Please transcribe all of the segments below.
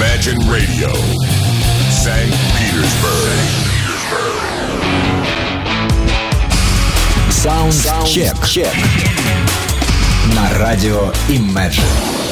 Imagine Radio, St. Petersburg. Soundcheck на радио Imagine.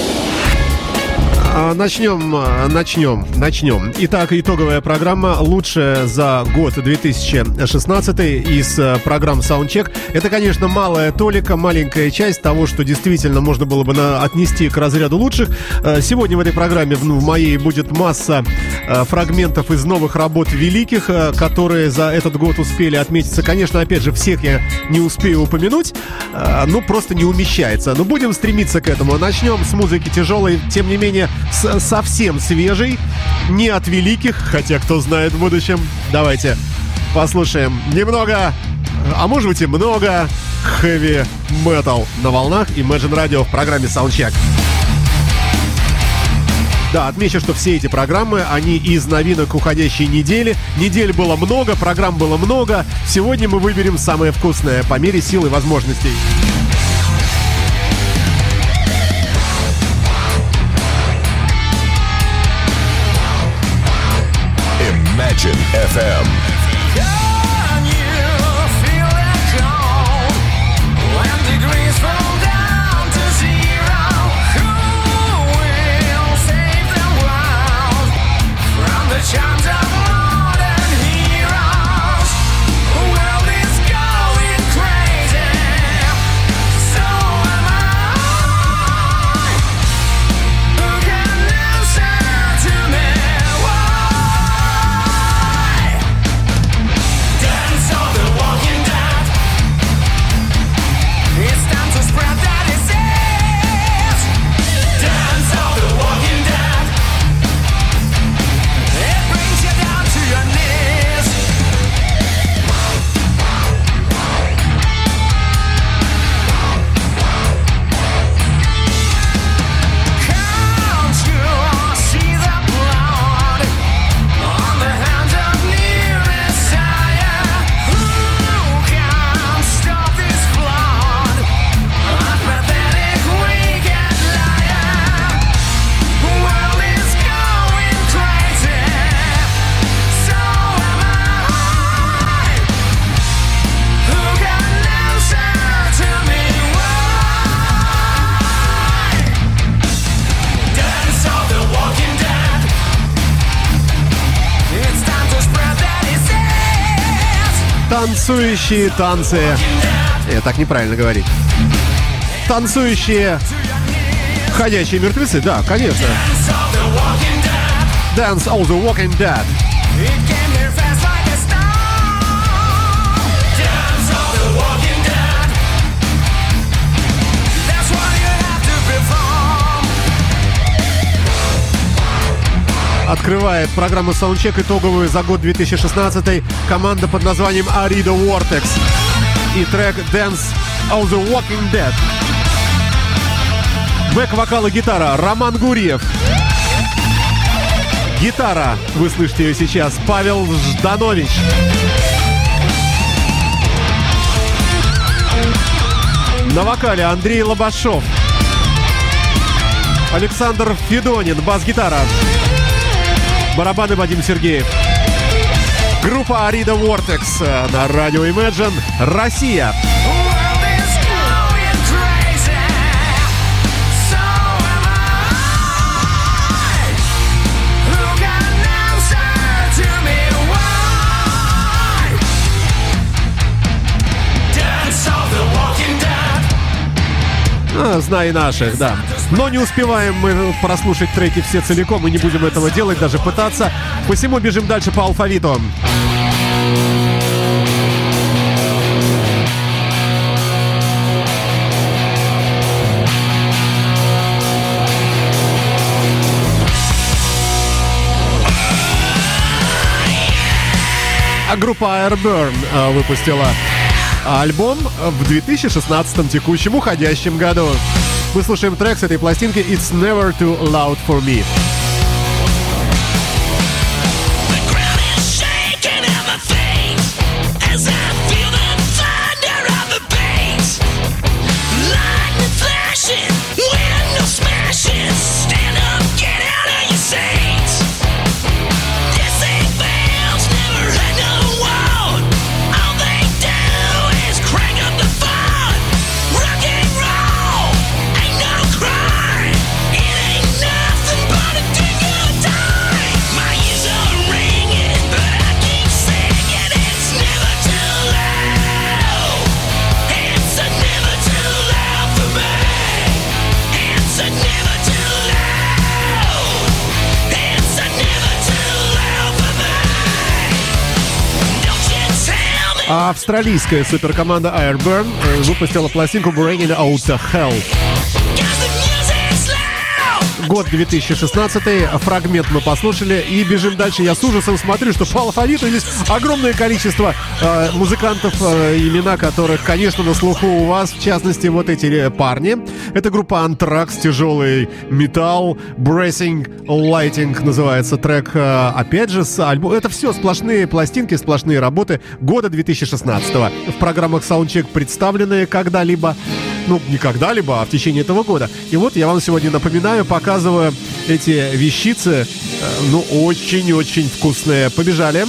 Начнем. Итак, итоговая программа «Лучшая за год 2016» из программ Soundcheck. Это, конечно, малая толика, маленькая часть того, что действительно можно было бы отнести к разряду лучших. Сегодня в этой программе, в моей, будет масса фрагментов из новых работ великих, которые за этот год успели отметиться. Конечно, опять же, всех я не успею упомянуть, просто не умещается. Но будем стремиться к этому. Начнем с музыки тяжелой, тем не менее, совсем свежий, не от великих, хотя кто знает в будущем. Давайте послушаем немного, а может быть и много heavy metal на волнах Imagine Radio в программе Soundcheck. Да, отмечу, что все эти программы, они из новинок уходящей недели. Недель было много, программ было много. Сегодня мы выберем самое вкусное по мере сил и возможностей. Imagine FM. Can you feel that cold when degrees fall down to zero? Who will save the world from the charms of modern heroes? The world is going crazy, so am I. Who can answer to me? Dance of the Walking Dead. It's time to spread that disease. Dance of the Walking Dead. It brings you down to your knees. Can't you see the blood on the hands of new Messiah? Who can stop this flood? A pathetic, wicked liar. The world is going crazy, so am I. Who can answer to me why? Dance of the Walking Dead. It's time to spread that disease. Танцующие танцы. Так неправильно говорить. Танцующие ходячие мертвецы, да, конечно. Dance of the Walking Dead. Dance of the Walking Dead. It came here fast like a storm. Dance of the Walking Dead. That's what you have to perform. Открывает программу Soundcheck итоговую за год 2016 команда под названием Arida Vortex и трек Dance of the Walking Dead. Бэк-вокал и гитара Роман Гурьев. Гитара, вы слышите ее сейчас, Павел Жданович. На вокале Андрей Лобашов. Александр Федонин, бас-гитара. Барабаны Вадим Сергеев. Группа Arida Vortex на радио Imagine, Россия. The world is going crazy, so am I. Who can answer to me why? Dance of the Walking Dead. Знай наших, да. Но не успеваем мы прослушать треки все целиком и не будем этого делать, даже пытаться. Посему бежим дальше по алфавиту. А группа Airburn выпустила альбом в 2016 текущем уходящем году. Мы слушаем трек с этой пластинки «It's Never Too Loud For Me». The ground is shaking at my feet as I feel the thunder of the bass. Lightning flashing, window smashing. Stand up, get out of your seats. А австралийская суперкоманда Airburn выпустила пластинку Bringing Out the Hell. Год 2016, фрагмент мы послушали и бежим дальше. Я с ужасом смотрю, что по алфавиту здесь огромное количество музыкантов, имена которых, конечно, на слуху у вас. В частности, вот эти парни. Это группа Anthrax, тяжелый металл, Bracing Lighting называется трек. Опять же, с альбома. Это все сплошные пластинки, сплошные работы года 2016. В программах Soundcheck представленные когда-либо. Ну, не когда-либо, а в течение этого года. И вот я вам сегодня напоминаю, показываю эти вещицы. Ну, очень-очень вкусные. Побежали.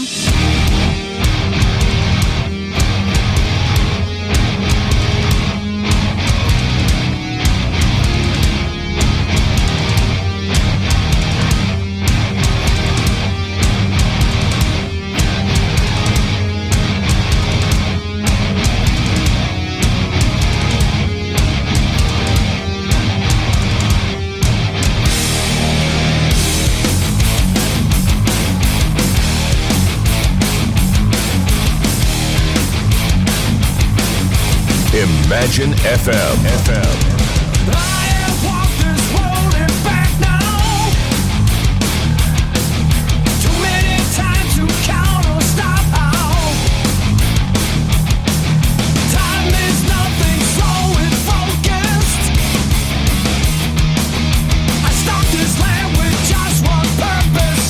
Imagine FM. I have walked this road and back now. Too many times to count or stop how. Time is nothing, so it's focused. I stalked this land with just one purpose.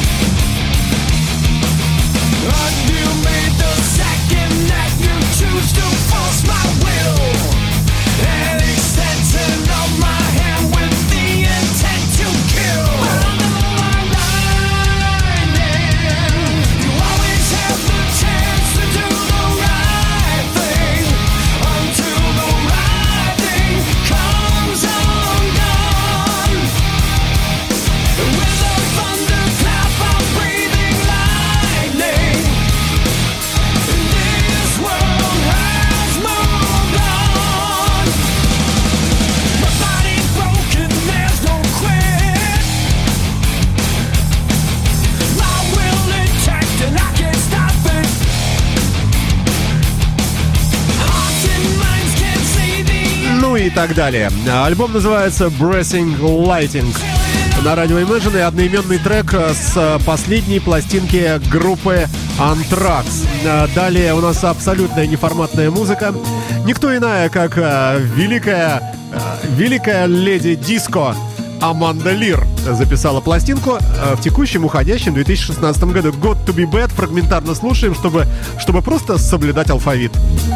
Until made the second that you choose to force my will. An extension of my hand with the intent to kill. You always have the chance to do the right thing until the right thing comes undone. With a thunderclap, I'm breathing lightning. This world has moved on. My body broken, there's no quit. My will intact and I can't stop it. Hearts and minds can't see the Ну и так далее. Альбом называется Bracing Lighting. На радио Imagine и одноименный трек с последней пластинки группы Anthrax. Далее у нас абсолютная неформатная музыка. Никто иная, как великая леди диско Аманда Лир записала пластинку в текущем уходящем 2016 году. God to be bad. Фрагментарно слушаем, чтобы просто соблюдать алфавит.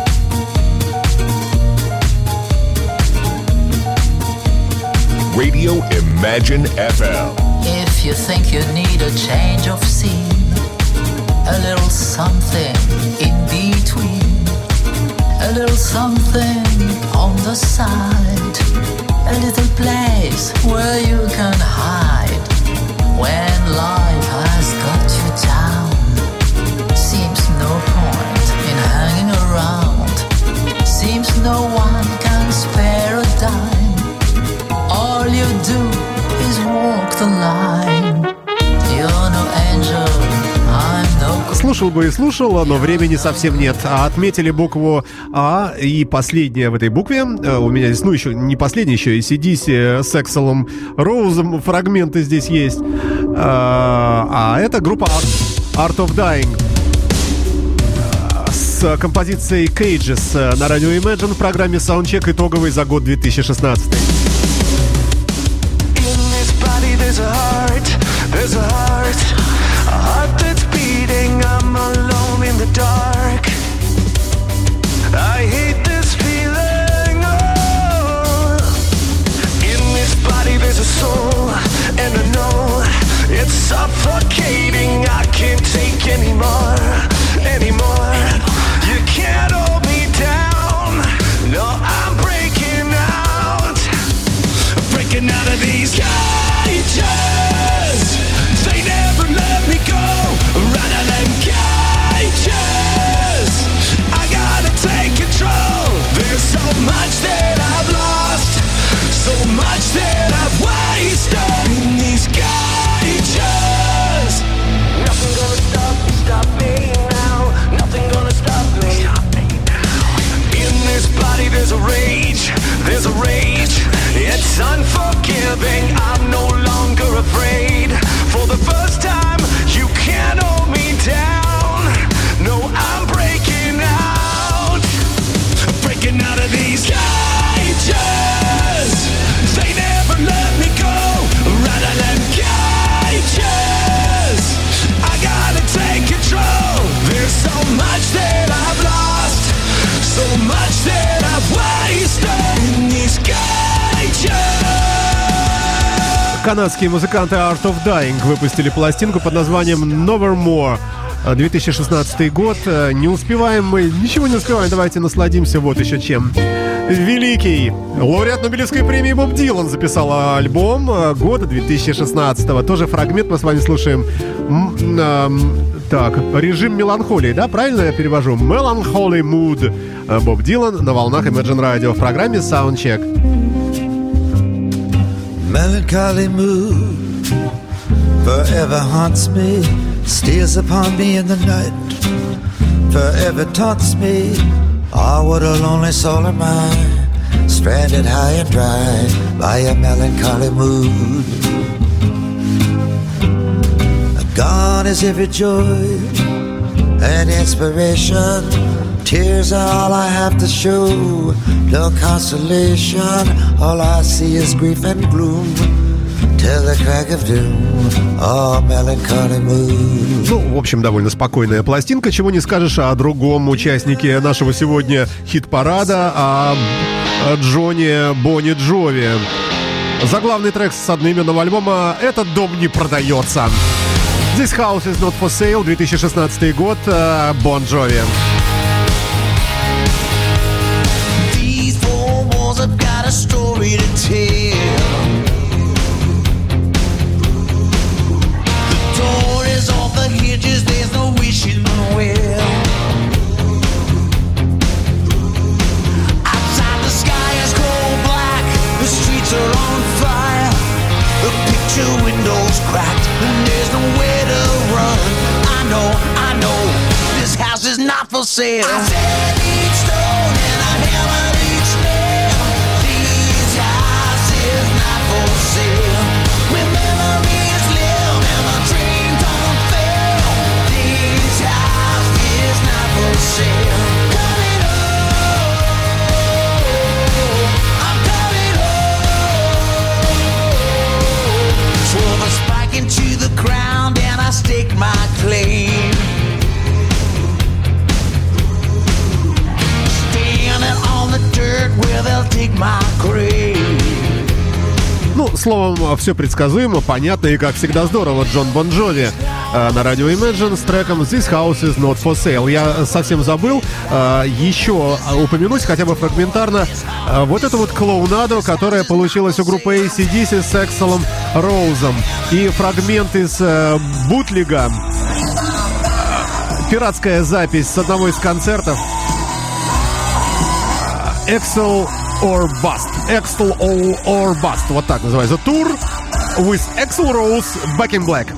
Radio Imagine FM. If you think you need a change of scene, a little something in between, a little something on the side, a little place where you can hide when life has got you down. Seems no point in hanging around, seems no one can spare a dime. All you do is walk the line. You're no angel, I'm no... Слушал бы и слушал, но времени совсем нет. А отметили букву А, и последняя в этой букве. У меня здесь, ну, еще не последняя, еще и AC/DC с Экселом Роузом фрагменты здесь есть. А это группа Art of Dying с композицией Cages на радио Imagine в программе Soundcheck итоговый за год 2016. There's a heart that's beating. I'm alone in the dark. I hate this feeling. Oh. In this body there's a soul, and I know it's suffocating. I can't take anymore. You can't hold me down. No, I'm breaking out. Канадские музыканты Art of Dying выпустили пластинку под названием Nevermore. 2016 год. Не успеваем мы, ничего не успеваем. Давайте насладимся вот еще чем. Великий лауреат Нобелевской премии Боб Дилан записал альбом года 2016. Тоже фрагмент мы с вами слушаем. Так, режим меланхолии, да? Правильно я перевожу? Melancholy Mood. Боб Дилан на волнах Imagine Radio в программе Soundcheck. Melancholy mood forever haunts me, steals upon me in the night, forever taunts me. Ah, what a lonely soul am I, stranded high and dry by a melancholy mood. Gone is every joy and inspiration. Tears are all I have to show, no consolation. All I see is grief and gloom till the crack of doom. Oh, melancholy mood. Ну, в общем, довольно спокойная пластинка. Чего не скажешь о другом участнике нашего сегодня хит-парада, о Джоне Бонни Джови. Заглавный трек с одноименного альбома «Этот дом не продается». This House is Not for Sale, 2016 год, Бон Джови. These four walls have got a story to tell. The door is off the hinges, there's no wishing well. Outside the sky is cold black, the streets are on fire. The picture windows cracked and there's nowhere to run. I know, this house is not for sale. I said each stone and I hammered each nail. This house is not for sale. When memories live and my dreams don't fail. This house is not for sale. Coming home, I'm coming home. Swerve a spike into the ground and I stake my claim. Standing on the dirt where they'll dig my grave. Ну, словом, все предсказуемо, понятно и, как всегда, здорово. Джон Бон Джови на радио Imagine с треком This House is Not for Sale. Я совсем забыл еще упомянуть, хотя бы фрагментарно, вот эту вот клоунаду, которая получилась у группы AC/DC с Экселом Роузом. И фрагмент из бутлега, пиратская запись с одного из концертов. Axl or Bust. Axl or Bust. Вот так называется. Tour with Axl Rose, Back in Black.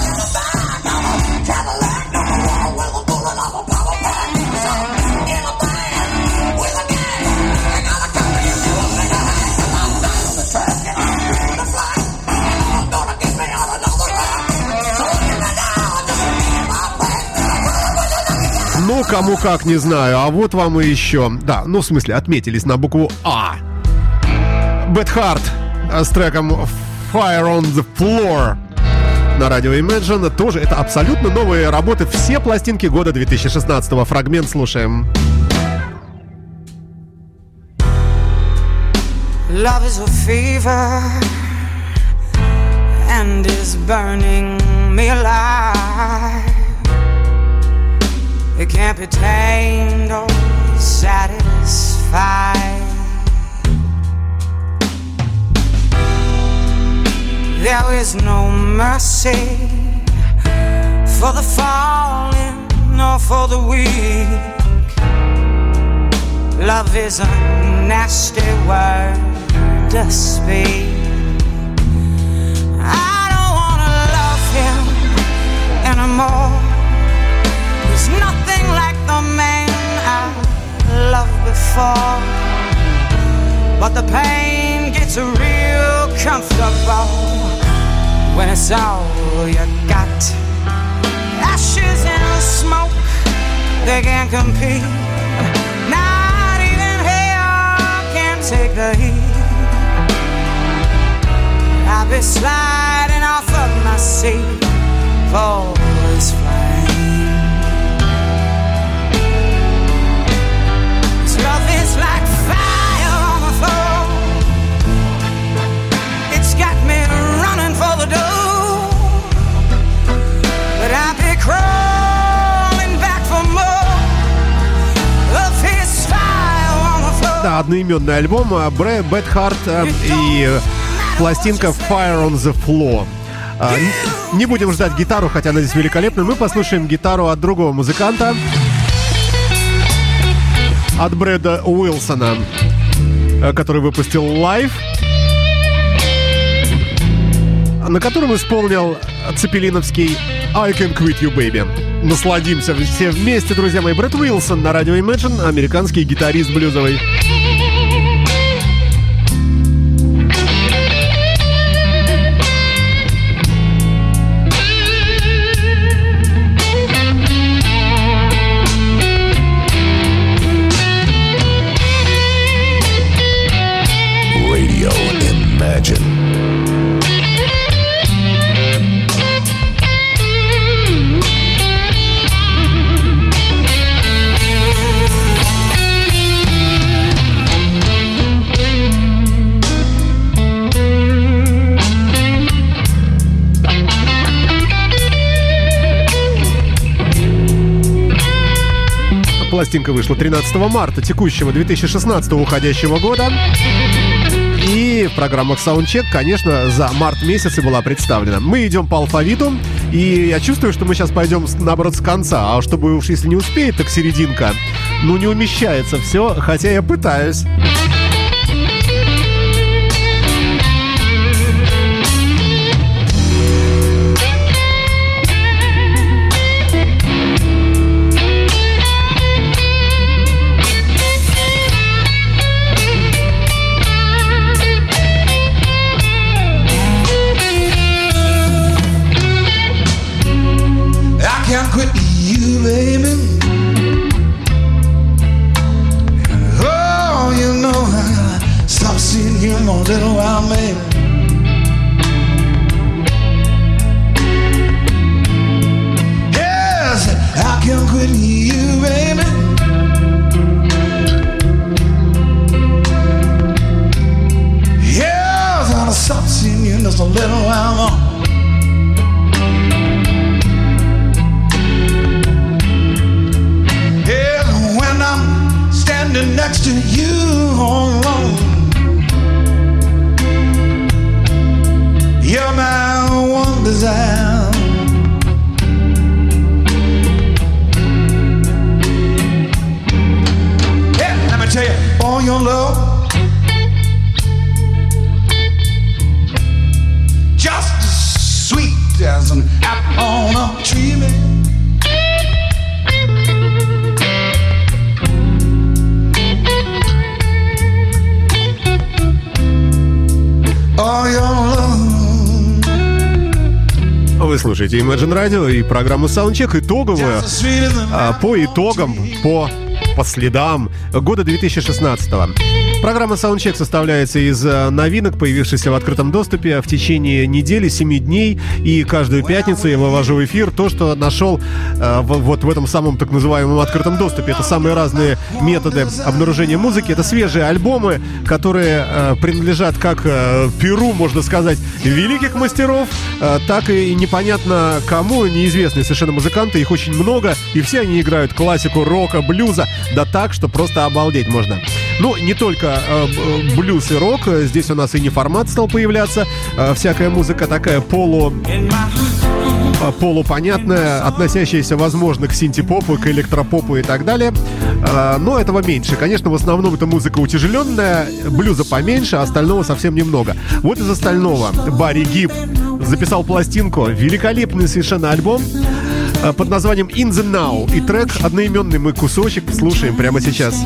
Ну, кому как, не знаю. А вот вам и еще. Да, ну, в смысле, отметились на букву А. Bad Heart с треком Fire on the Floor на радио Imagine. Тоже это абсолютно новые работы. Все пластинки года 2016-го. Фрагмент слушаем. Love is a fever and is burning me alive. It can't be tamed or satisfied. There is no mercy for the fallen nor for the weak. Love is a nasty word to speak. I don't wanna love him anymore. There's nothing like the man I loved before. But the pain gets real comfortable when it's all you got. Ashes and smoke, they can't compete. Not even hell can take the heat. I'll be sliding off of my seat for this flame. Love is like fire on the floor. It's got me running это одноименный альбом Bad Heart и пластинка Fire on the Floor. Не будем ждать гитару, хотя она здесь великолепная. Мы послушаем гитару от другого музыканта, от Брэда Уилсона, который выпустил Live, на котором исполнил цепелиновский I Can Quit You Baby. Насладимся все вместе, друзья мои. Брэд Уилсон на радио Imagine, американский гитарист блюзовый. Radio Imagine. Пластинка вышла 13 марта текущего 2016 уходящего года. И в программах Soundcheck, конечно, за март месяц и была представлена. Мы идем по алфавиту, и я чувствую, что мы сейчас пойдем, наоборот, с конца. А чтобы уж если не успеет, так серединка. Ну, не умещается все, хотя я пытаюсь. Can't quit you, baby. Oh, you know I stop seeing you in a little while, baby. Yes, I can't quit you, baby. Yes, I'll stop seeing you in just a little while more. Standing next to you all alone, you're my one desire. Yeah, let me tell you, all your love, just as sweet as an apple on a tree, man. Вы слушаете Imagine Radio и программу Soundcheck итоговую по итогам, по следам года 2016-го. Программа Soundcheck составляется из новинок, появившихся в открытом доступе в течение недели, 7 дней. И каждую пятницу я вывожу в эфир то, что нашел вот в этом самом так называемом открытом доступе. Это самые разные методы обнаружения музыки. Это свежие альбомы, которые принадлежат как перу, можно сказать, великих мастеров, так и непонятно кому, неизвестные совершенно музыканты. Их очень много, и все они играют классику рока, блюза. Да так, что просто обалдеть можно. Ну, не только блюз и рок. Здесь у нас и неформат стал появляться. Всякая музыка такая полупонятная, относящаяся, возможно, к синти-попу, к электропопу и так далее. Но этого меньше. Конечно, в основном это музыка утяжеленная, блюза поменьше, а остального совсем немного. Вот из остального Барри Гиб записал пластинку, великолепный совершенно альбом под названием In the Now. И трек одноименный мы кусочек слушаем прямо сейчас.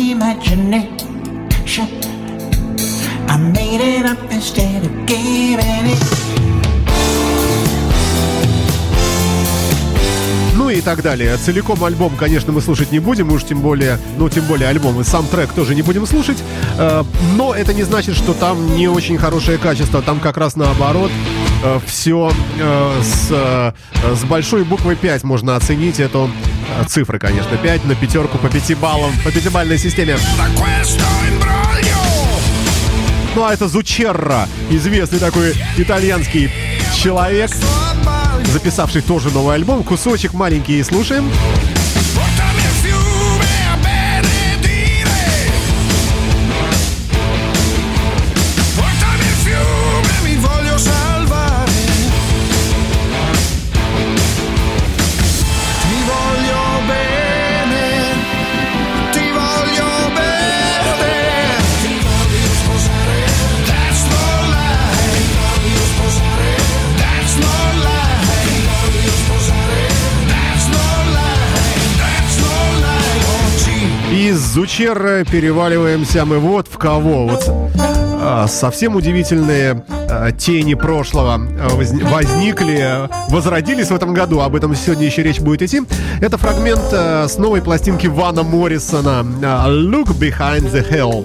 I made it up instead of giving так далее. Целиком альбом, конечно, мы слушать не будем, уж тем более альбом и сам трек тоже не будем слушать. Но это не значит, что там не очень хорошее качество. Там как раз наоборот. Все с большой буквы 5 можно оценить эту цифры, конечно. 5 на пятерку по 5 баллам, по пятибалльной системе. Ну а это Зучерра, известный такой итальянский человек, записавший тоже новый альбом. Кусочек маленький и слушаем. Из Зучерры переваливаемся мы вот в кого. Вот совсем удивительные тени прошлого возникли, возродились в этом году. Об этом сегодня еще речь будет идти. Это фрагмент с новой пластинки Вана Моррисона «Look Behind the Hill».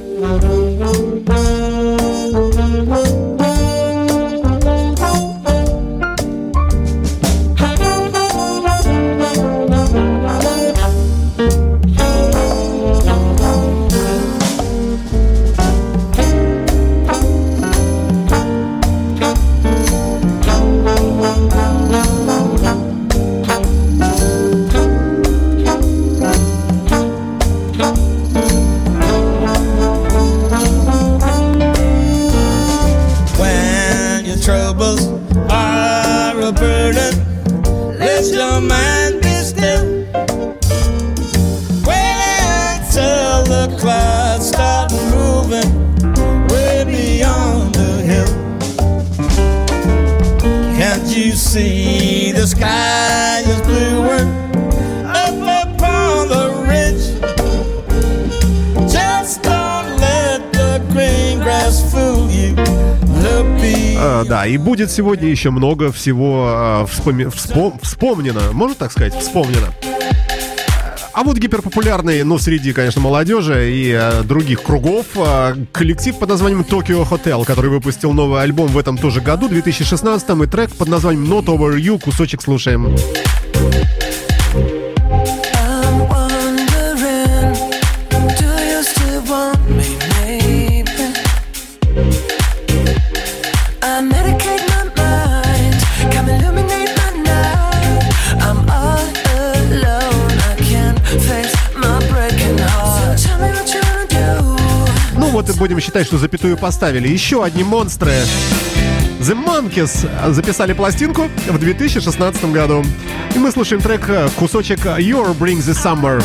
See the sky is bluer up upon the ridge. Just don't let the green grass fool you. Да, и будет сегодня еще много всего вспомнено. Можно так сказать? Вспомнено. А вот гиперпопулярный, среди, конечно, молодежи и других кругов, коллектив под названием Tokyo Hotel, который выпустил новый альбом в этом тоже году, 2016, и трек под названием Not Over You, кусочек слушаем. Вот и будем считать, что запятую поставили. Еще одни монстры. The Monkees записали пластинку в 2016 году. И мы слушаем трек, кусочек Your Brings the Summer.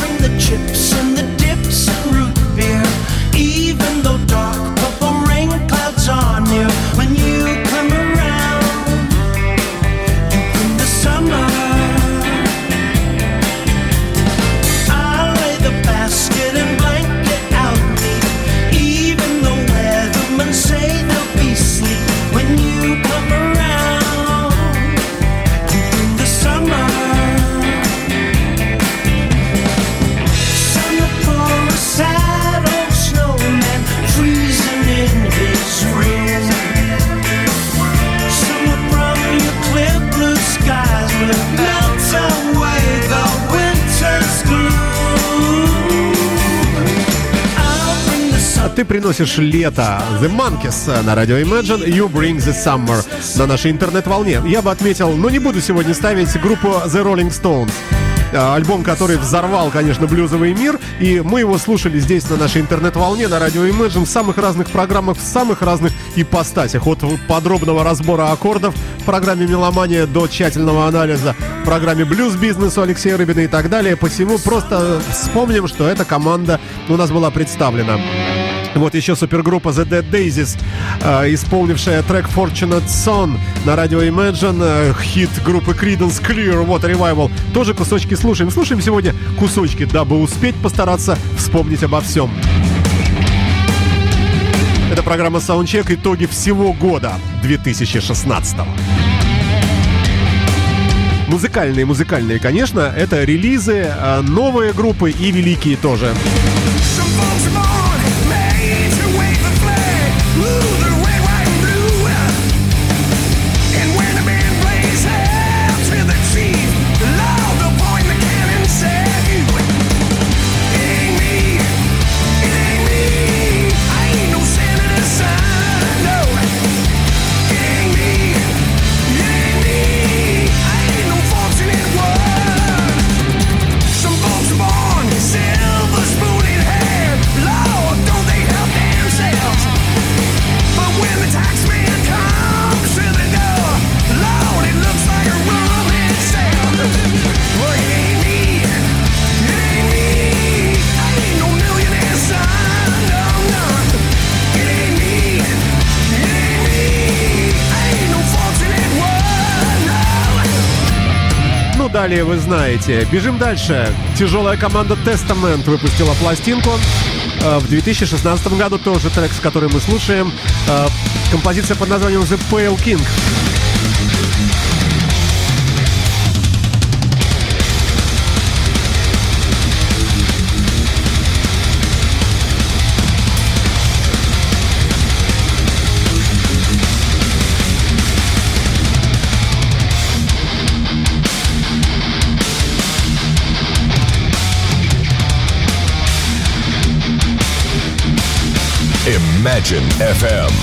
Ты приносишь лето. The Monkees на радио Imagine, You Bring the Summer на нашей интернет-волне. Я бы отметил, но не буду сегодня ставить группу The Rolling Stones. Альбом, который взорвал, конечно, блюзовый мир. И мы его слушали здесь на нашей интернет-волне, на радио Imagine, в самых разных программах, в самых разных ипостасях. От подробного разбора аккордов в программе «Меломания» до тщательного анализа в программе «Блюз-бизнес» у Алексея Рыбина и так далее. Посему просто вспомним, что эта команда у нас была представлена. Вот еще супергруппа The Dead Daisies, исполнившая трек Fortunate Son на радио Imagine, хит группы Creedence Clearwater Revival. Тоже кусочки слушаем. Слушаем сегодня кусочки, дабы успеть постараться вспомнить обо всем. Это программа Soundcheck, итоги всего года 2016. музыкальные, конечно, это релизы, новые группы и великие тоже. Далее вы знаете. Бежим дальше. Тяжелая команда Testament выпустила пластинку в 2016 году. Тоже трек, с которым мы слушаем. Композиция под названием The Pale King. Imagine FM.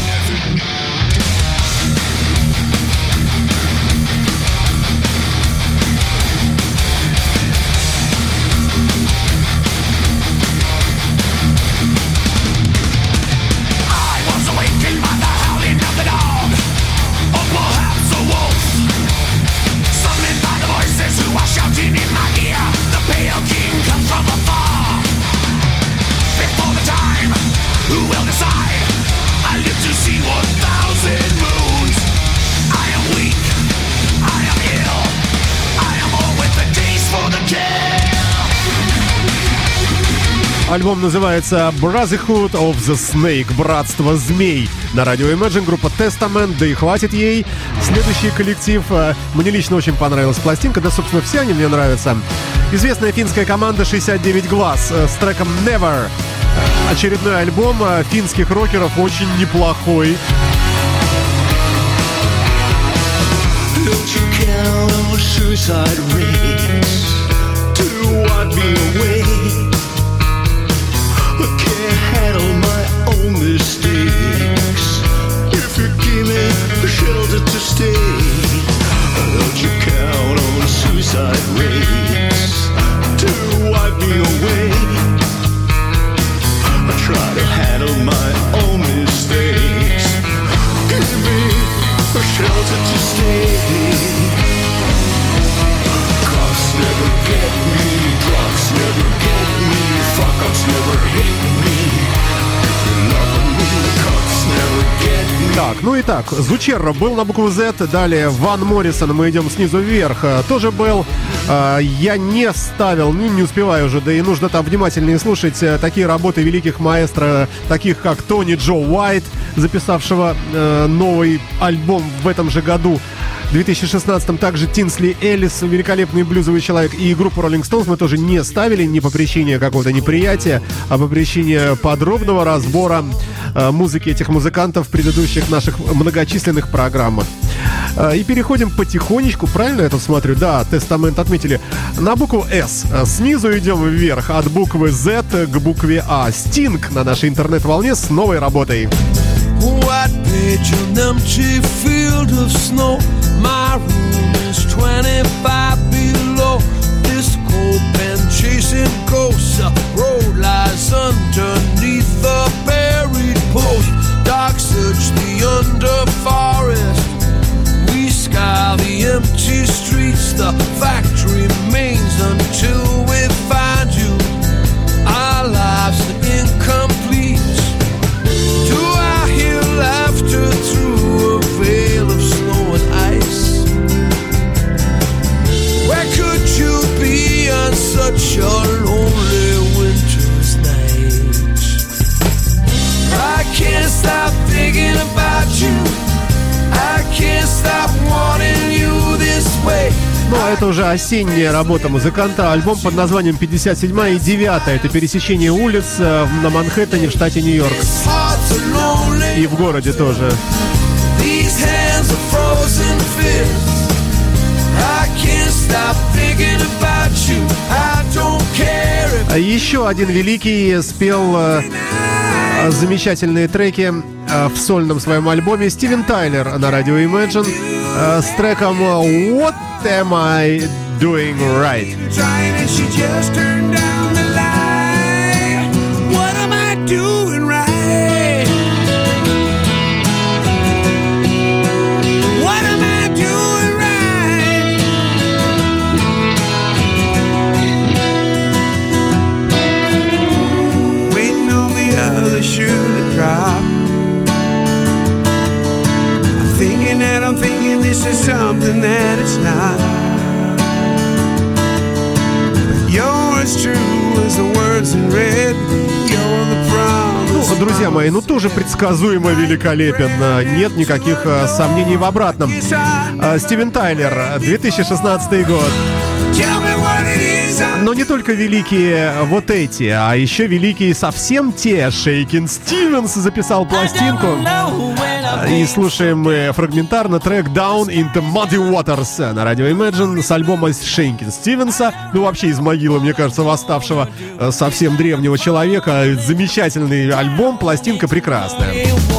Альбом называется Brotherhood of the Snake, Братство змей. На радио Imagine, группа Testament, да и хватит ей. Следующий коллектив. Мне лично очень понравилась пластинка, да, собственно, все они мне нравятся. Известная финская команда 69 глаз с треком Never. Очередной альбом финских рокеров, очень неплохой. I can't handle my own mistakes. If you give me a shelter to stay, don't you count on suicide rates to wipe me away. I try to handle my own mistakes. Give me a shelter to stay. Cops never get me, drugs never get me, fuck-ups never hate me. Так, ну и так, Зучерро был на букву Z, далее Ван Моррисон, мы идем снизу вверх, тоже был. Я не ставил, не успеваю уже, да и нужно там внимательнее слушать такие работы великих маэстро, таких как Тони Джо Уайт, записавшего новый альбом в этом же году. В 2016-м также Тинсли Эллис, великолепный блюзовый человек, и группу Rolling Stones мы тоже не ставили, не по причине какого-то неприятия, а по причине подробного разбора музыки этих музыкантов в предыдущих наших многочисленных программах. И переходим потихонечку, правильно я тут смотрю? Да, Testament отметили. На букву S. Снизу идем вверх, от буквы Z к букве А. Стинг на нашей интернет-волне с новой работой. White page, an empty field of snow. My room is 25 below. This cold pen chasing ghosts. A road lies underneath the buried post. Dark search the under-forest. We scour the empty streets. The fact remains until we find you. Our lives are incomplete. Do I hear laughter through a veil of snow and ice? Where could you be on это уже осенняя работа музыканта. Альбом под названием 57 и 9. Это пересечение улиц на Манхэттене в штате Нью-Йорк. И в городе тоже. Еще один великий спел замечательные треки в сольном своем альбоме Стивен Тайлер на радио Imagine с треком What Am I Doing Right? I'm thinking this is something that it's not. You're as true as the words in red. You're the promise. Ну, друзья мои, ну тоже предсказуемо великолепен. Нет никаких сомнений в обратном. Стивен Тайлер, 2016 год. Но не только великие вот эти, а еще великие совсем те. Shakin' Stevens записал пластинку. И слушаем мы фрагментарно трек Down into Muddy Waters на радио Imagine с альбома Shakin' Stevens. Ну вообще из могилы, мне кажется, восставшего совсем древнего человека. Замечательный альбом, пластинка прекрасная.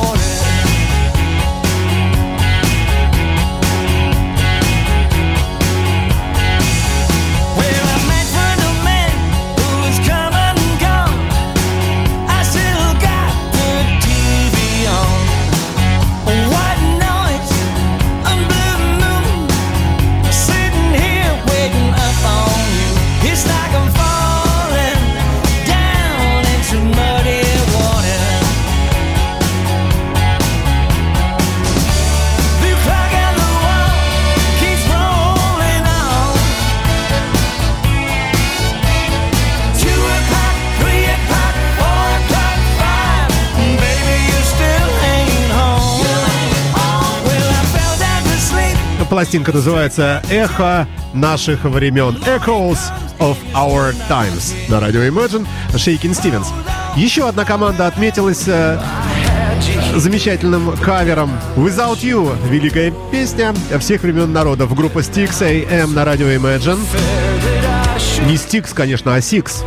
Пластинка называется «Эхо наших времен». Echoes of Our Times на радио Imagine. Shakin' Stevens. Еще одна команда отметилась замечательным кавером Without You. Великая песня всех времен народов. Группа Styx AM на радио Imagine. Не Styx, конечно, а Six.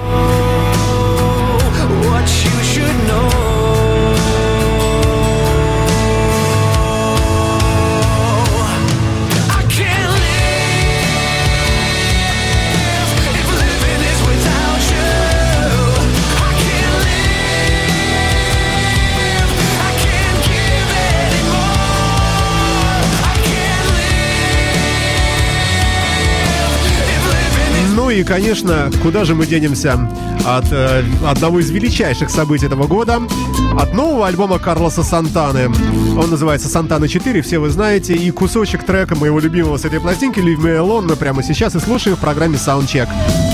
И, конечно, куда же мы денемся от одного из величайших событий этого года, от нового альбома Карлоса Сантаны. Он называется «Сантана 4», все вы знаете, и кусочек трека моего любимого с этой пластинки «Leave Me Alone» мы прямо сейчас и слушаем в программе Soundcheck.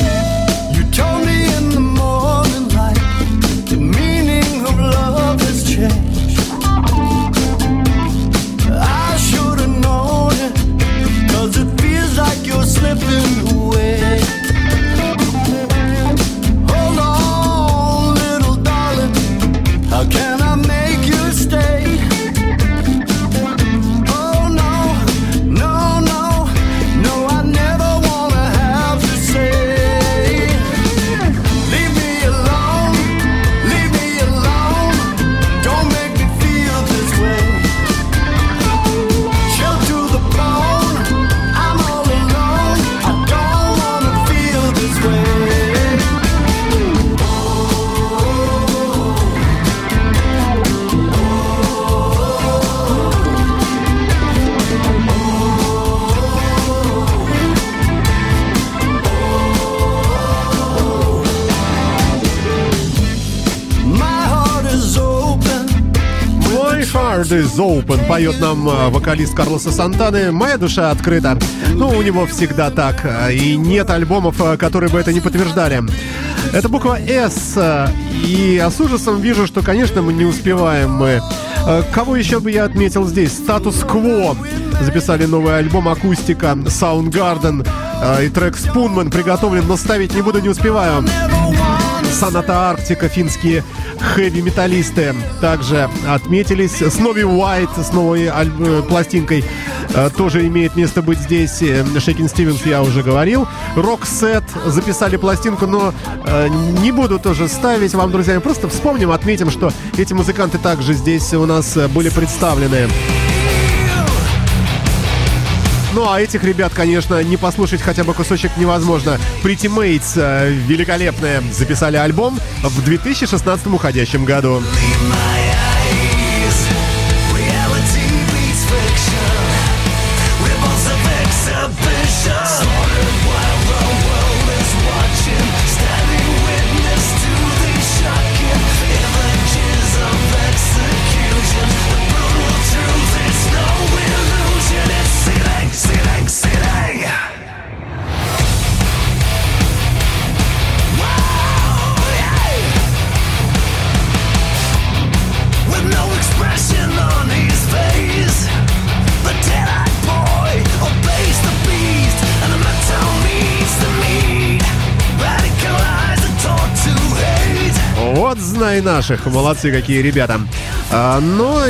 Is open, поет нам вокалист Карлоса Сантаны. Моя душа открыта. Ну, у него всегда так. И нет альбомов, которые бы это не подтверждали. Это буква «С». И с ужасом вижу, что, конечно, мы не успеваем Кого еще бы я отметил здесь? Статус-кво записали новый альбом «Акустика», Soundgarden и трек «Spoonman» приготовлен, но ставить не буду, не успеваю. Саната Арктика, финские хэви-металлисты также отметились. Snowy White с новой пластинкой тоже имеет место быть здесь. Shakin' Stevens я уже говорил. Roxette записали пластинку, но не буду тоже ставить вам, друзья. Просто вспомним, отметим, что эти музыканты также здесь у нас были представлены. Ну, а этих ребят, конечно, не послушать хотя бы кусочек невозможно. Pretty Mates, великолепные, записали альбом в 2016 уходящем году. Вот знай наших, молодцы какие ребята. Но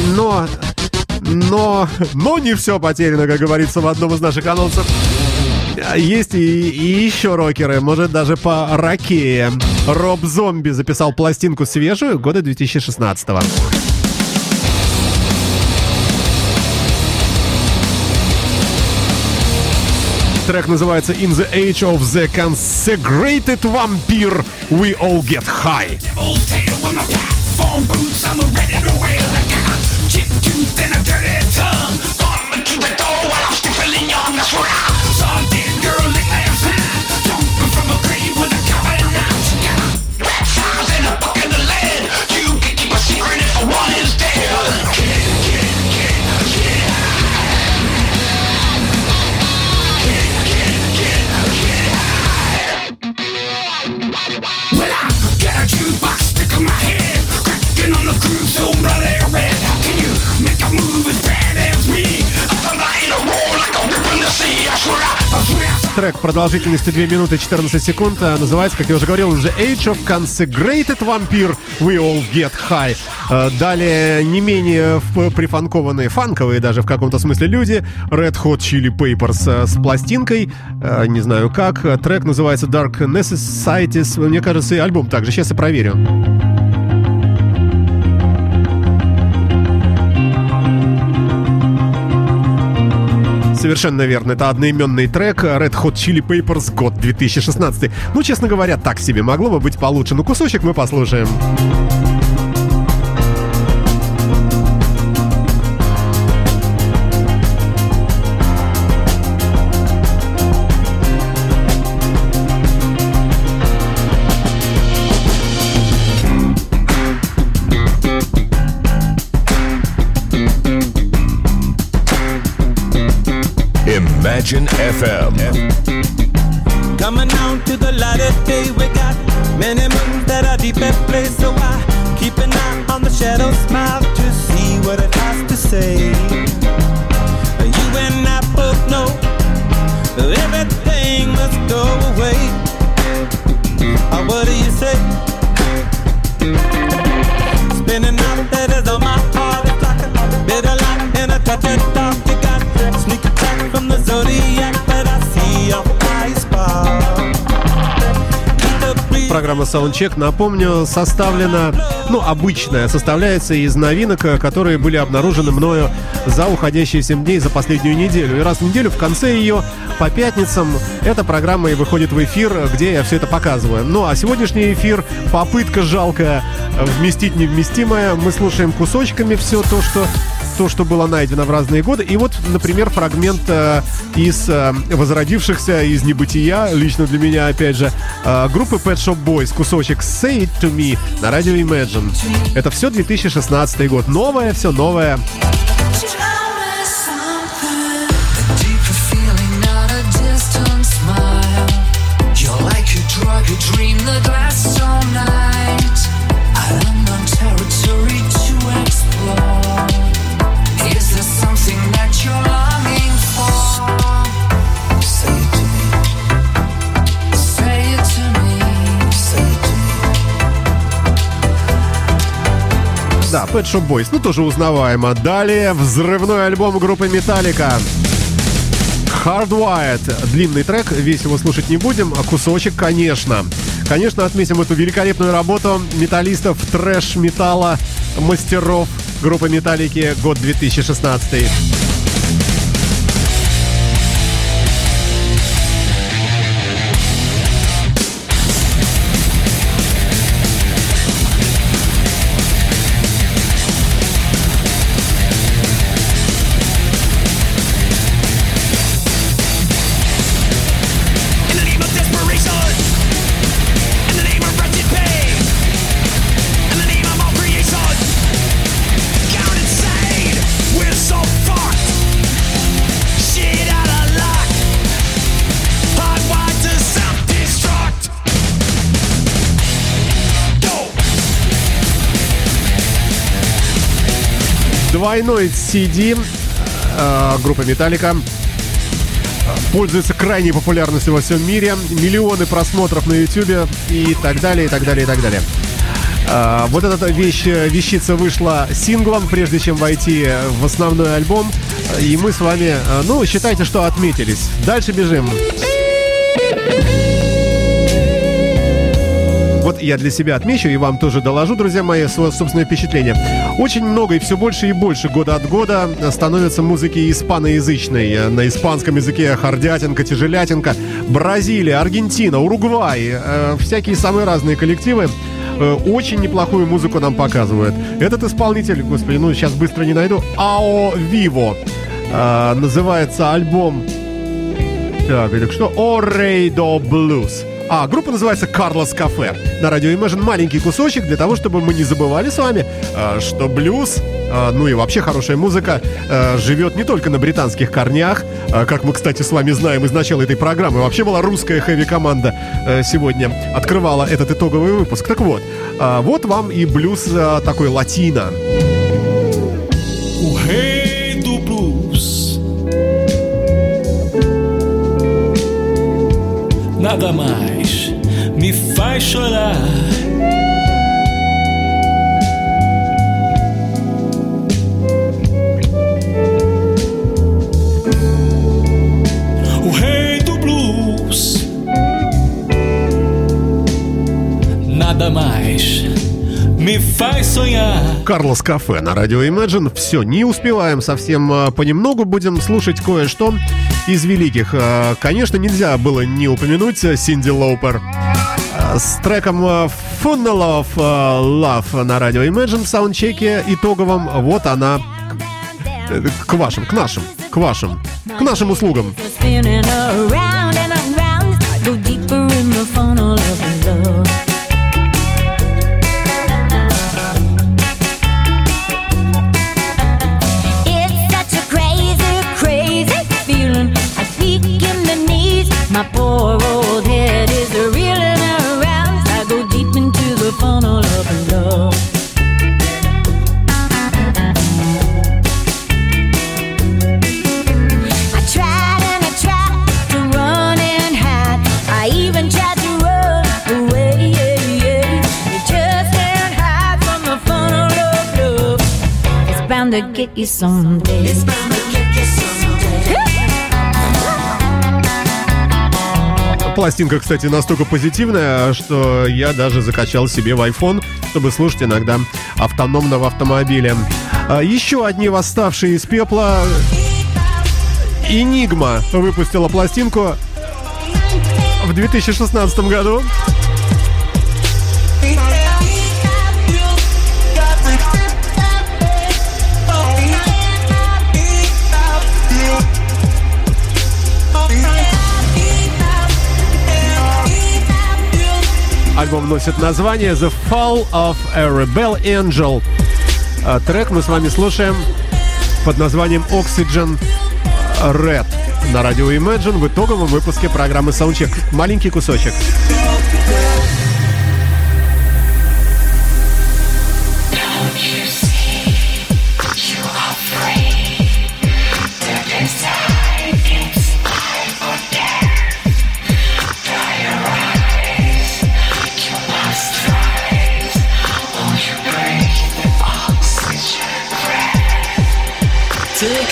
не все потеряно, как говорится в одном из наших анонсов. Есть и еще рокеры, может даже по рокее. Роб Зомби записал пластинку свежую года 2016-го. Трек называется In the Age of the Consecrated Vampire We All Get High. Трек продолжительностью 2 минуты 14 секунд называется, как я уже говорил, The Age of Consecrated Vampire We All Get High. Далее не менее прифанкованные, фанковые даже в каком-то смысле люди, Red Hot Chili Peppers с пластинкой, не знаю как. Трек называется Dark Necessities. Мне кажется, и альбом также. Сейчас я проверю. Совершенно верно, это одноименный трек Red Hot Chili Peppers, год 2016. Ну, честно говоря, так себе, могло бы быть получше. Ну, кусочек мы послушаем. Imagine FM. Coming down to the light of day, we got many moons that are deep at play. So I keep an eye on the shadow smile to see what it has to say. You and I both know everything must go away. What do you say? Spinning out letters on my heart, it's like a bitter light and a touch of dark. You got sneak attack from the zodiac, but I see your eyes fall. Программа Soundcheck, напомню, составлена, обычная, составляется из новинок, которые были обнаружены мною за уходящие 7 дней, за последнюю неделю. И раз в неделю, в конце ее, по пятницам, эта программа и выходит в эфир, где я все это показываю. Ну, а сегодняшний эфир, попытка жалкая вместить невместимое. Мы слушаем кусочками все то, что было найдено в разные годы. И вот, например, фрагмент из возродившихся из небытия, лично для меня, опять же, группы Pet Shop Boys, кусочек Say It To Me на радио Imagine. Это все 2016 год. Новое, все новое. Territory to explore. Pet Shop Boys, ну тоже узнаваемо. Далее взрывной альбом группы Metallica. Hardwired. Длинный трек, весь его слушать не будем, а кусочек, конечно. Конечно, отметим эту великолепную работу металлистов трэш-металла, мастеров группы Металлики, год 2016. Двойной CD группа Metallica пользуется крайней популярностью во всем мире. Миллионы просмотров на YouTube и так далее, и так далее, и так далее. Вот эта вещица вышла синглом, прежде чем войти в основной альбом. И мы с вами, ну, считайте, что отметились. Дальше бежим. Вот я для себя отмечу и вам тоже доложу, друзья мои, собственное впечатление. Очень много и все больше и больше года от года становится музыки испаноязычной. На испанском языке хардятинка, тяжелятинка. Бразилия, Аргентина, Уругвай. Всякие самые разные коллективы очень неплохую музыку нам показывают. Этот исполнитель, господи, ну сейчас быстро не найду. Ao Vivo. Называется альбом... Так, это что? O Rei do Blues. Группа называется Карлос Кафе. На радио Imagine маленький кусочек для того, чтобы мы не забывали с вами, что блюз, ну и вообще хорошая музыка, живет не только на британских корнях, как мы, кстати, с вами знаем из начала этой программы. Вообще была русская хэви-команда сегодня, открывала этот итоговый выпуск. Так вот, вот вам и блюз такой латино. O rei do blues. Nada mais me faz chorar. O rei do blues. Nada mais me faz sonhar. Карлос Кафе на радио Imagine. Все, не успеваем совсем понемногу. Будем слушать кое-что из великих. Конечно, нельзя было не упомянуть Синди Лоупер с треком Funnel of Love на радио Imagine в саундчеке итоговом. Вот она к нашим услугам. My poor old head is reeling around. I go deep into the funnel of love. I tried and I tried to run and hide. I even tried to run away. You just can't hide from the funnel of love. It's bound to get you someday. It's bound to get you someday. Пластинка, кстати, настолько позитивная, что я даже закачал себе в iPhone, чтобы слушать иногда автономно в автомобиле. Еще одни восставшие из пепла. Enigma выпустила пластинку в 2016 году. Альбом носит название The Fall of a Rebel Angel. Трек мы с вами слушаем под названием Oxygen Red на радио Imagine в итоговом выпуске программы Soundcheck. Маленький кусочек.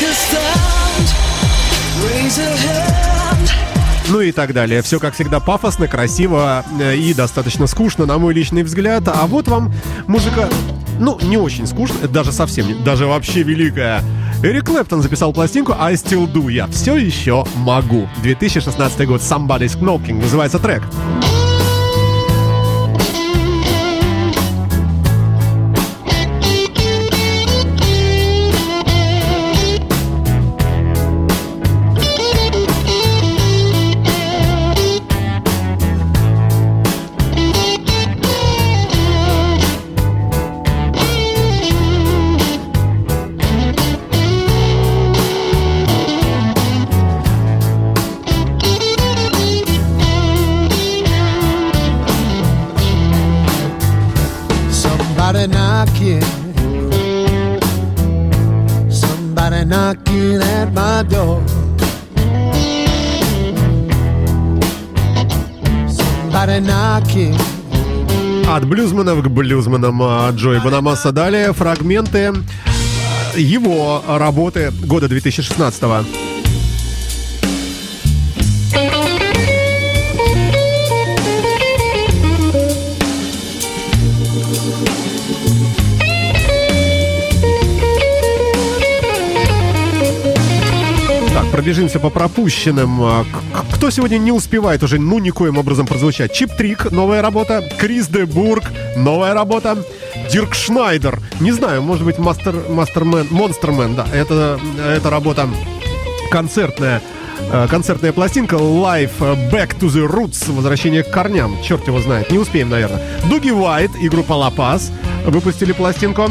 Ну и так далее. Все, как всегда, пафосно, красиво и достаточно скучно, на мой личный взгляд. А вот вам музыка, ну, не очень скучная, даже совсем, даже вообще великая. Эрик Клэптон записал пластинку I Still Do, я все еще могу. 2016 год, Somebody's Knocking называется трек. Somebody knocking at my door. Somebody knocking. От блюзманов к блюзманам. Джои Бонамасса. Далее фрагменты его работы года 2016-го. Пробежимся по пропущенным. Кто сегодня не успевает уже, ну, никоим образом прозвучать? Чип Трик, новая работа. Крис де Бург, новая работа. Дирк Шнайдер, не знаю, может быть, Монстермен, да, это работа концертная пластинка. Life Back to the Roots, возвращение к корням, черт его знает, не успеем, наверное. Дуги Уайт и группа La Paz выпустили пластинку.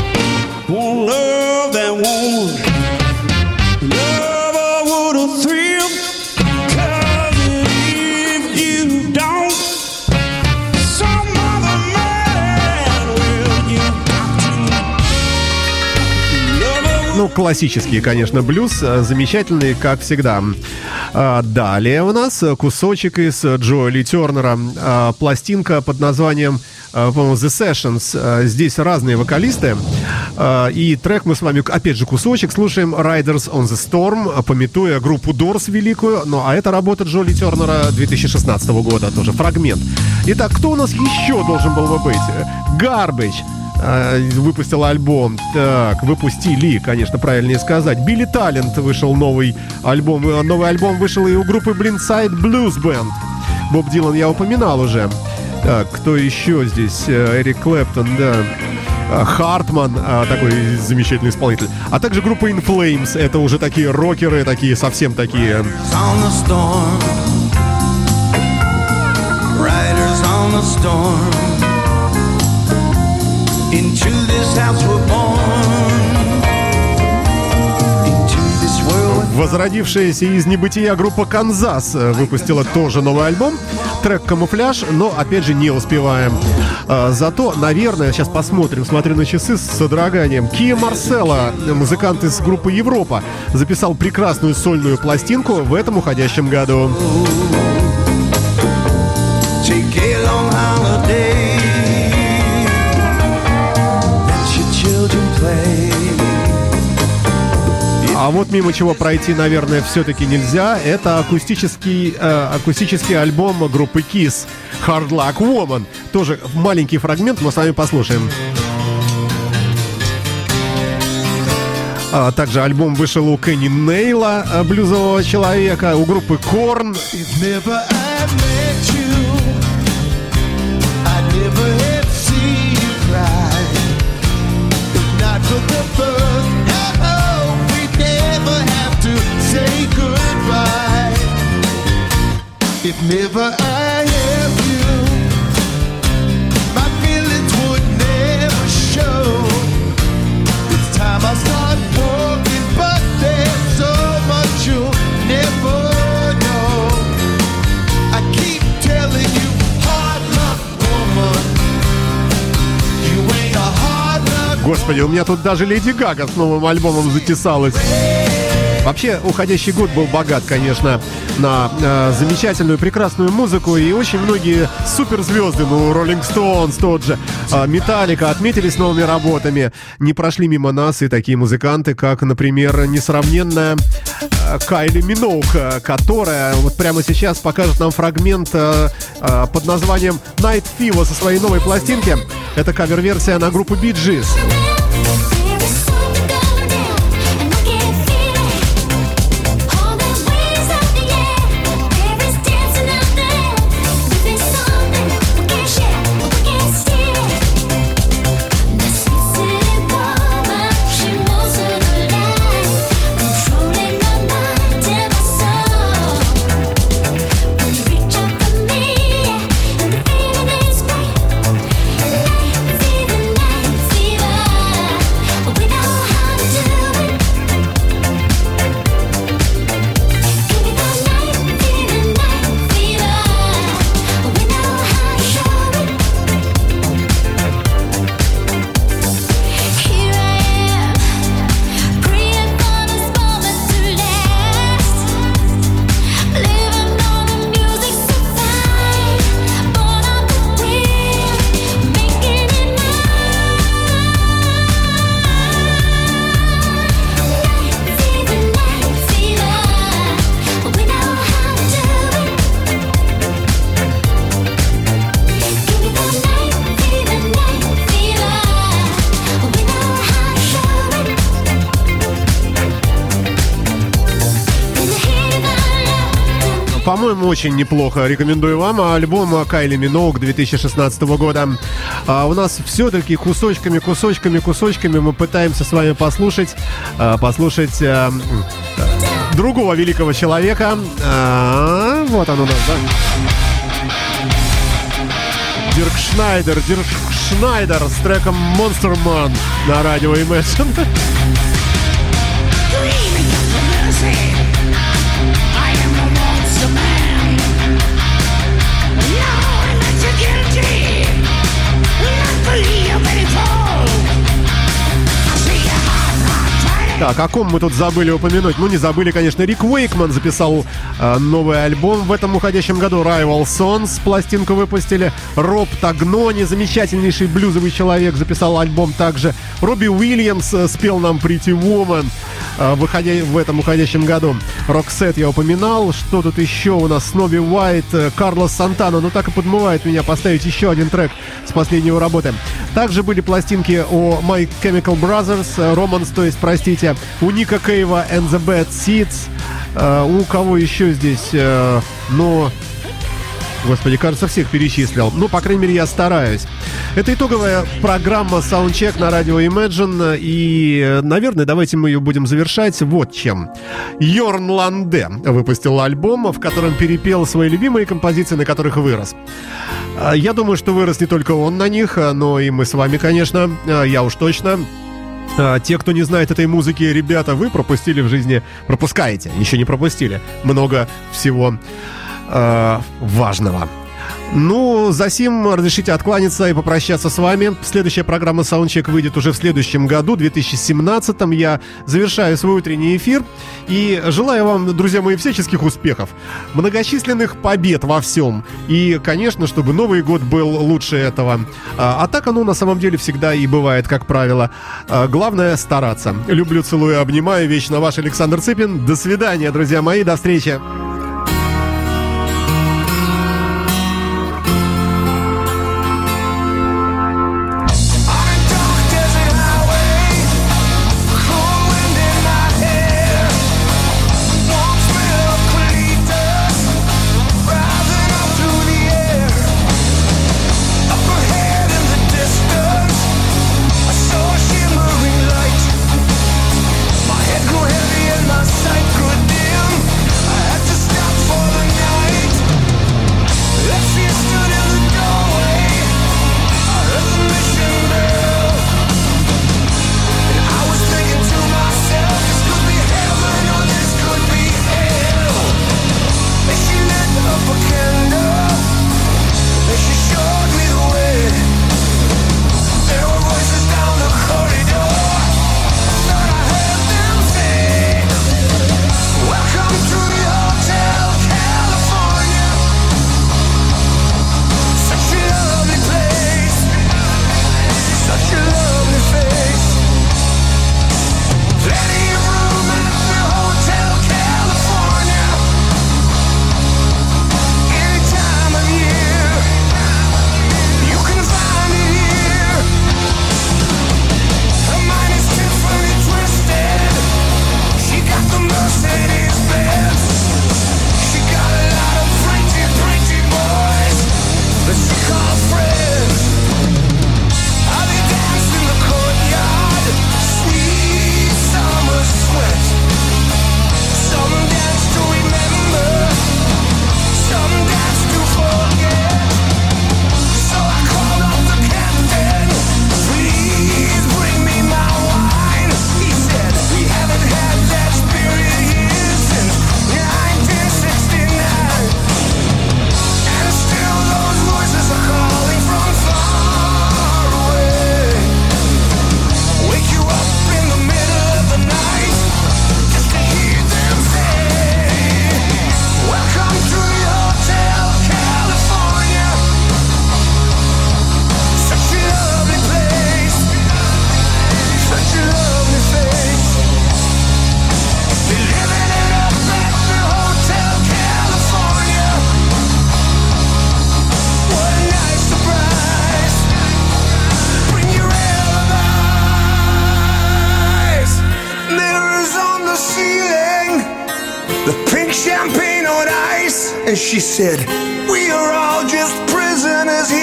Ну, классический, конечно, блюз, замечательный, как всегда. Далее у нас кусочек из Джоа Ли Тернера, пластинка под названием, по-моему, The Sessions. Здесь разные вокалисты, и трек мы с вами, опять же, кусочек слушаем. Riders on the Storm, памятуя группу Doors великую. Ну, а это работа Джоа Ли Тернера 2016 года, тоже фрагмент. Итак, кто у нас еще должен был бы быть? Garbage выпустил альбом. Так, выпустили, конечно, правильнее сказать. Билли Талент вышел новый альбом. Новый альбом вышел и у группы Blindside Blues Band. Боб Дилан я упоминал уже. Так, кто еще здесь? Эрик Клэптон, да. Хартман, такой замечательный исполнитель. А также группа In Flames. Это уже такие рокеры, такие совсем такие. Riders on the storm. Into this house we're born. Into this world. Возродившаяся из небытия группа Канзас выпустила тоже новый альбом. Трек «Камуфляж», но, опять же, не успеваем. Зато, наверное, сейчас посмотрим, смотрю на часы с содроганием. Кия Марселла, музыкант из группы «Европа», записал прекрасную сольную пластинку в этом уходящем году. А вот мимо чего пройти, наверное, все-таки нельзя. Это акустический альбом группы Kiss Hard Luck Woman. Тоже маленький фрагмент, мы с вами послушаем. Также альбом вышел у Кенни Нейла, блюзового человека, у группы Korn. If never I have you, my feelings would never show. It's time I start walking, but there's so much you'll never know. I keep telling you, hard luck woman, you ain't a hard luck. Господи, у меня тут даже Леди Гага с новым альбомом затесалась. Вообще, уходящий год был богат, конечно, на замечательную, прекрасную музыку. И очень многие суперзвезды, Rolling Stones, тот же, Metallica, отметились новыми работами. Не прошли мимо нас и такие музыканты, как, например, несравненная Кайли Миноуг, которая вот прямо сейчас покажет нам фрагмент под названием Night Fever со своей новой пластинки. Это кавер-версия на группу Bee Gees. По-моему, очень неплохо. Рекомендую вам альбом Кайли Миноуг 2016 года. У нас все-таки кусочками мы пытаемся с вами послушать другого великого человека. Вот он у нас, да? Дирк Шнайдер с треком Monster Man на радио Imagine. Так, о ком мы тут забыли упомянуть? Ну, не забыли, конечно, Рик Уэйкман записал новый альбом в этом уходящем году. Rival Sons пластинку выпустили. Роб Тагнони, замечательнейший блюзовый человек, записал альбом также. Робби Уильямс спел нам Pretty Woman выходя в этом уходящем году. Роксет я упоминал. Что тут еще у нас? Сноби Уайт, Карлос Сантана. Ну, так и подмывает меня поставить еще один трек с последней его работы. Также были пластинки о My Chemical Brothers, Romance, то есть, простите, у Ника Кейва and the Bad Seeds. У кого еще здесь? Господи, кажется, всех перечислил. Ну, по крайней мере, я стараюсь. Это итоговая программа Soundcheck на радио Imagine. И, наверное, давайте мы ее будем завершать вот чем. Йорн Ланде выпустил альбом, в котором перепел свои любимые композиции, на которых вырос. Я думаю, что вырос не только он на них, но и мы с вами, конечно. Я уж точно. Те, кто не знает этой музыки, ребята, вы пропустили в жизни, пропускаете, еще не пропустили много всего важного. Ну, засим разрешите откланяться и попрощаться с вами. Следующая программа Soundcheck выйдет уже в следующем году, 2017. Я завершаю свой утренний эфир и желаю вам, друзья мои, всяческих успехов, многочисленных побед во всем. И, конечно, чтобы Новый год был лучше этого. А так оно на самом деле всегда и бывает, как правило. Главное стараться. Люблю, целую, обнимаю. Вечно ваш Александр Цыпин. До свидания, друзья мои. До встречи. Sight grew dim. I had to champagne on ice. And she said, we are all just prisoners